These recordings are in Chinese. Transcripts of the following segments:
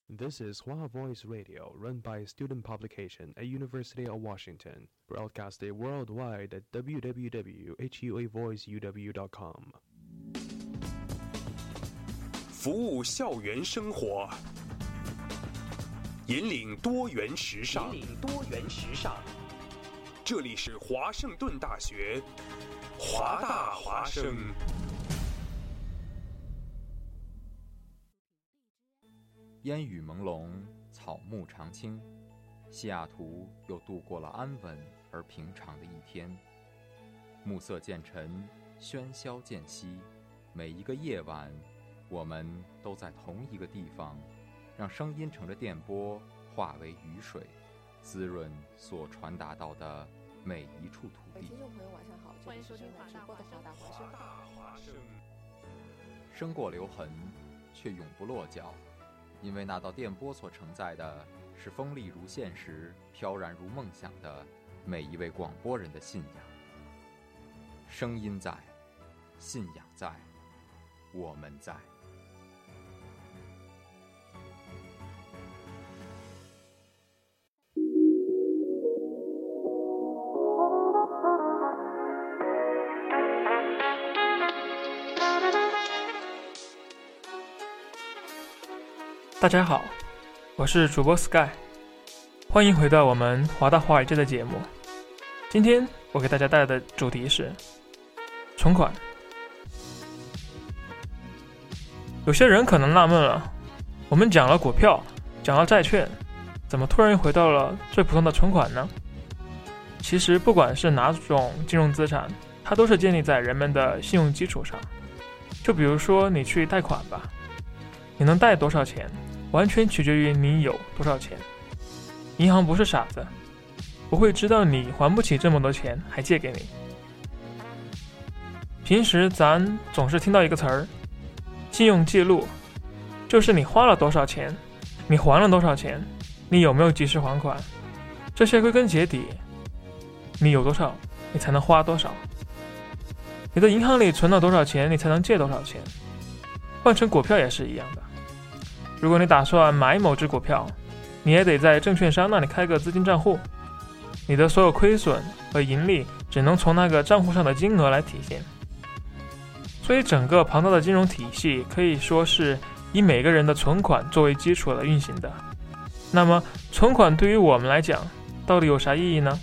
This is Hua Voice Radio, run by student publication at University of Washington, broadcasted worldwide at www.huavoiceuw.com. 服务校园生活，引领多元时尚。这里是华盛顿大学，华大华生。 烟雨朦胧，草木常青，西雅图又度过了安稳而平常的一天。暮色渐沉，喧嚣渐息，每一个夜晚，我们都在同一个地方，让声音乘着电波化为雨水，滋润所传达到的每一处土地。 听众朋友晚上好，欢迎收听直播的华大华生。 生过留痕，却永不落脚，因为那道电波所承载的是锋利如现实、飘然如梦想的每一位广播人的信仰。声音在，信仰在，我们在。 大家好，我是主播 Sky， 欢迎回到我们华大华尔街的节目。今天我给大家带来的主题是存款。有些人可能纳闷了，我们讲了股票，讲了债券，怎么突然回到了最普通的存款呢？其实不管是哪种金融资产，它都是建立在人们的信用基础上。就比如说你去贷款吧，你能贷多少钱完全取决于你有多少钱。银行不是傻子，不会知道你还不起这么多钱还借给你。平时咱总是听到一个词儿，信用记录，就是你花了多少钱，你还了多少钱，你有没有及时还款。这些归根结底，你有多少你才能花多少，你的银行里存了多少钱你才能借多少钱。换成股票也是一样的，如果你打算买某只股票，你也得在证券商那里开个资金账户，你的所有亏损和盈利只能从那个账户上的金额来体现。所以整个庞大的金融体系可以说是以每个人的存款作为基础来运行的。那么存款对于我们来讲到底有啥意义呢？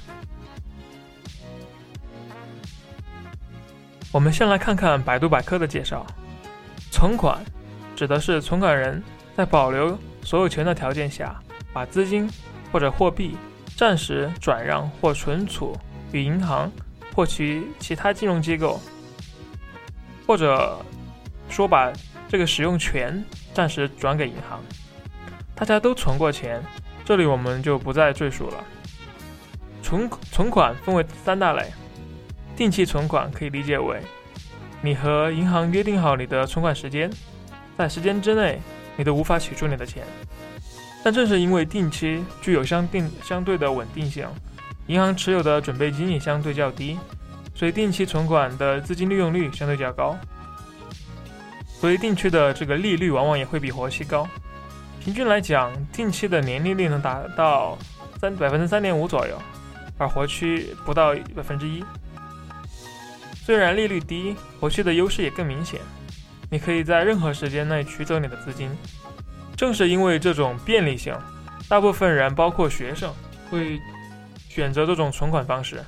我们先来看看百度百科的介绍。存款指的是存款人在保留所有权的条件下，把资金或者货币暂时转让或存储与银行或其他金融机构，或者说把这个使用权暂时转给银行。大家都存过钱，这里我们就不再赘述了。存款分为三大类。定期存款可以理解为你和银行约定好你的存款时间，在时间之内你都无法取出你的钱。但正是因为定期具有相对的稳定性，银行持有的准备金也相对较低，所以定期存款的资金利用率相对较高，所以定期的这个利率往往也会比活期高。平均来讲，定期的年利率能达到 3.5% 左右，而活期不到 1%。虽然利率低，活期的优势也更明显，你可以在任何时间内取走你的资金。正是因为这种便利性，大部分人包括学生会选择这种存款方式。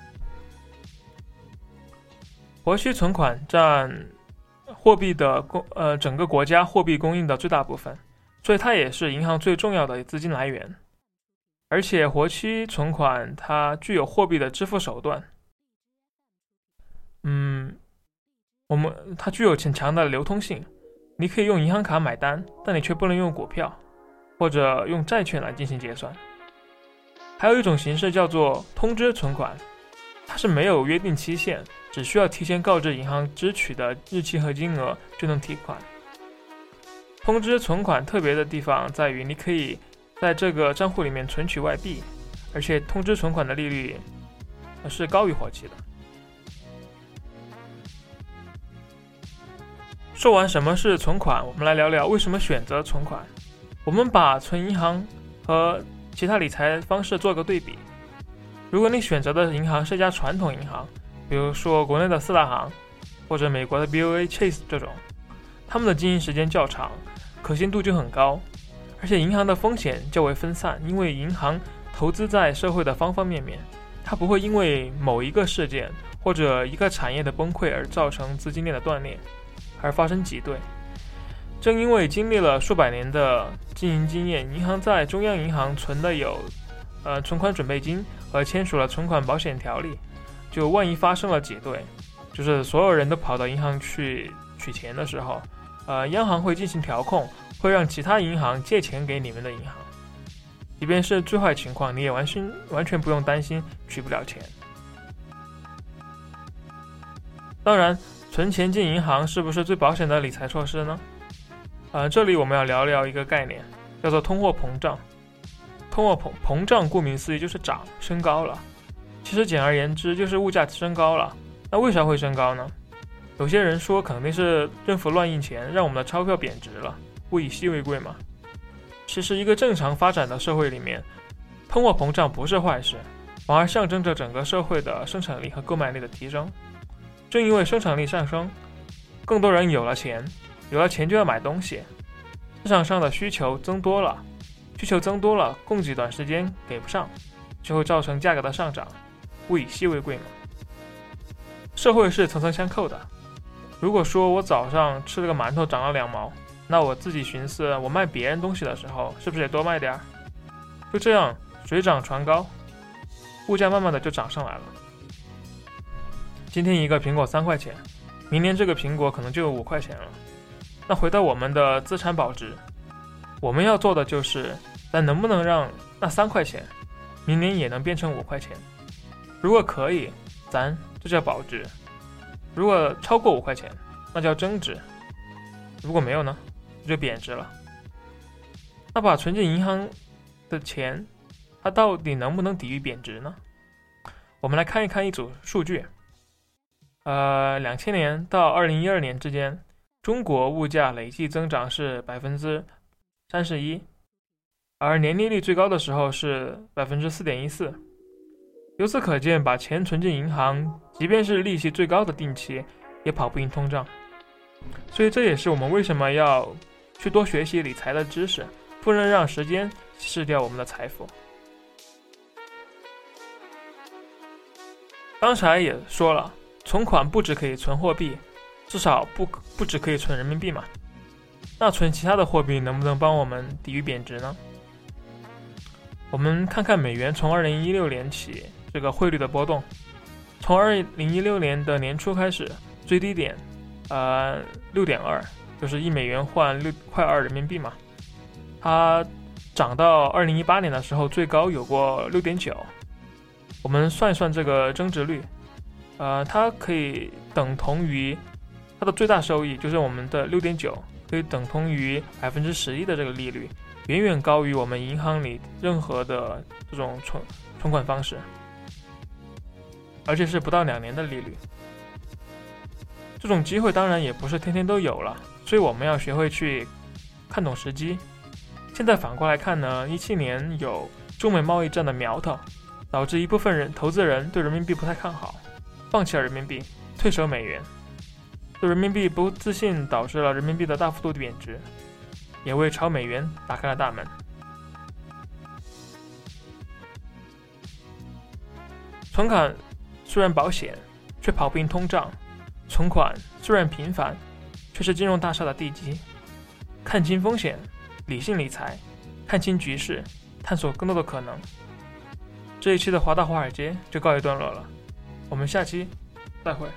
活期存款占货币的整个国家货币供应的最大部分，所以它也是银行最重要的资金来源。而且活期存款它具有货币的支付手段，它具有很强的流通性，你可以用银行卡买单，但你却不能用股票或者用债券来进行结算。还有一种形式叫做通知存款，它是没有约定期限，只需要提前告知银行支取的日期和金额就能提款。通知存款特别的地方在于，你可以在这个账户里面存取外币，而且通知存款的利率是高于活期的。说完什么是存款，我们来聊聊为什么选择存款。 我们把存银行和其他理财方式做个对比。如果你选择的银行是一家传统银行，比如说国内的4大行或者美国的 BOA、Chase 这种，他们的经营时间较长，可信度就很高，而且银行的风险较为分散，因为银行投资在社会的方方面面，它不会因为某一个事件或者一个产业的崩溃而造成资金链的断裂，而发生挤兑。正因为经历了数百年的经营经验，银行在中央银行存的有存款准备金和签署了存款保险条例，就万一发生了挤兑，就是所有人都跑到银行去取钱的时候，央行会进行调控，会让其他银行借钱给你们的银行，即便是最坏情况，你也完全不用担心取不了钱。当然，存钱进银行是不是最保险的理财措施呢？这里我们要聊聊一个概念，叫做通货膨胀。通货膨胀顾名思义就是升高了。其实简而言之就是物价升高了。那为啥会升高呢？有些人说肯定是政府乱印钱，让我们的钞票贬值了，物以稀为贵嘛。其实一个正常发展的社会里面，通货膨胀不是坏事，反而象征着整个社会的生产力和购买力的提升。正因为生产力上升，更多人有了钱就要买东西，市场上的需求增多了，供给短时间给不上，就会造成价格的上涨，物以稀为贵嘛。社会是层层相扣的。如果说我早上吃了个馒头涨了2毛，那我自己寻思我卖别人东西的时候是不是也多卖点？就这样水涨船高，物价慢慢的就涨上来了。今天一个苹果3块钱，明年这个苹果可能就有5块钱了。那回到我们的资产保值，我们要做的就是咱能不能让那3块钱明年也能变成5块钱。如果可以，咱就叫保值；如果超过5块钱，那叫增值；如果没有呢，就贬值了。那把存进银行的钱，它到底能不能抵御贬值呢？我们来看一看一组数据。2000年到2012年之间，中国物价累计增长是 31%， 而年利率最高的时候是 4.14%。由此可见，把钱存进银行，即便是利息最高的定期，也跑不赢通胀。所以这也是我们为什么要去多学习理财的知识，不能让时间稀释掉我们的财富。刚才也说了，存款不只可以存货币，至少不只可以存人民币嘛。那存其他的货币能不能帮我们抵御贬值呢？我们看看美元从2016年起这个汇率的波动。从2016年的年初开始，最低点6.2，就是1美元换6块2人民币嘛。它涨到2018年的时候，最高有过6.9。我们算一算这个增值率，它可以等同于它的最大收益，就是我们的6.9，可以等同于11%的这个利率，远远高于我们银行里任何的这种存款方式，而且是不到2年的利率。这种机会当然也不是天天都有了，所以我们要学会去看懂时机。现在反过来看呢，17年有中美贸易战的苗头，导致一部分投资人对人民币不太看好，放弃了人民币，退守美元。对人民币不自信导致了人民币的大幅度贬值，也为炒美元打开了大门。存款虽然保险，却跑不赢通胀；存款虽然频繁，却是金融大厦的地基。看清风险，理性理财，看清局势，探索更多的可能。这一期的华大华尔街就告一段落了，我们下期再会。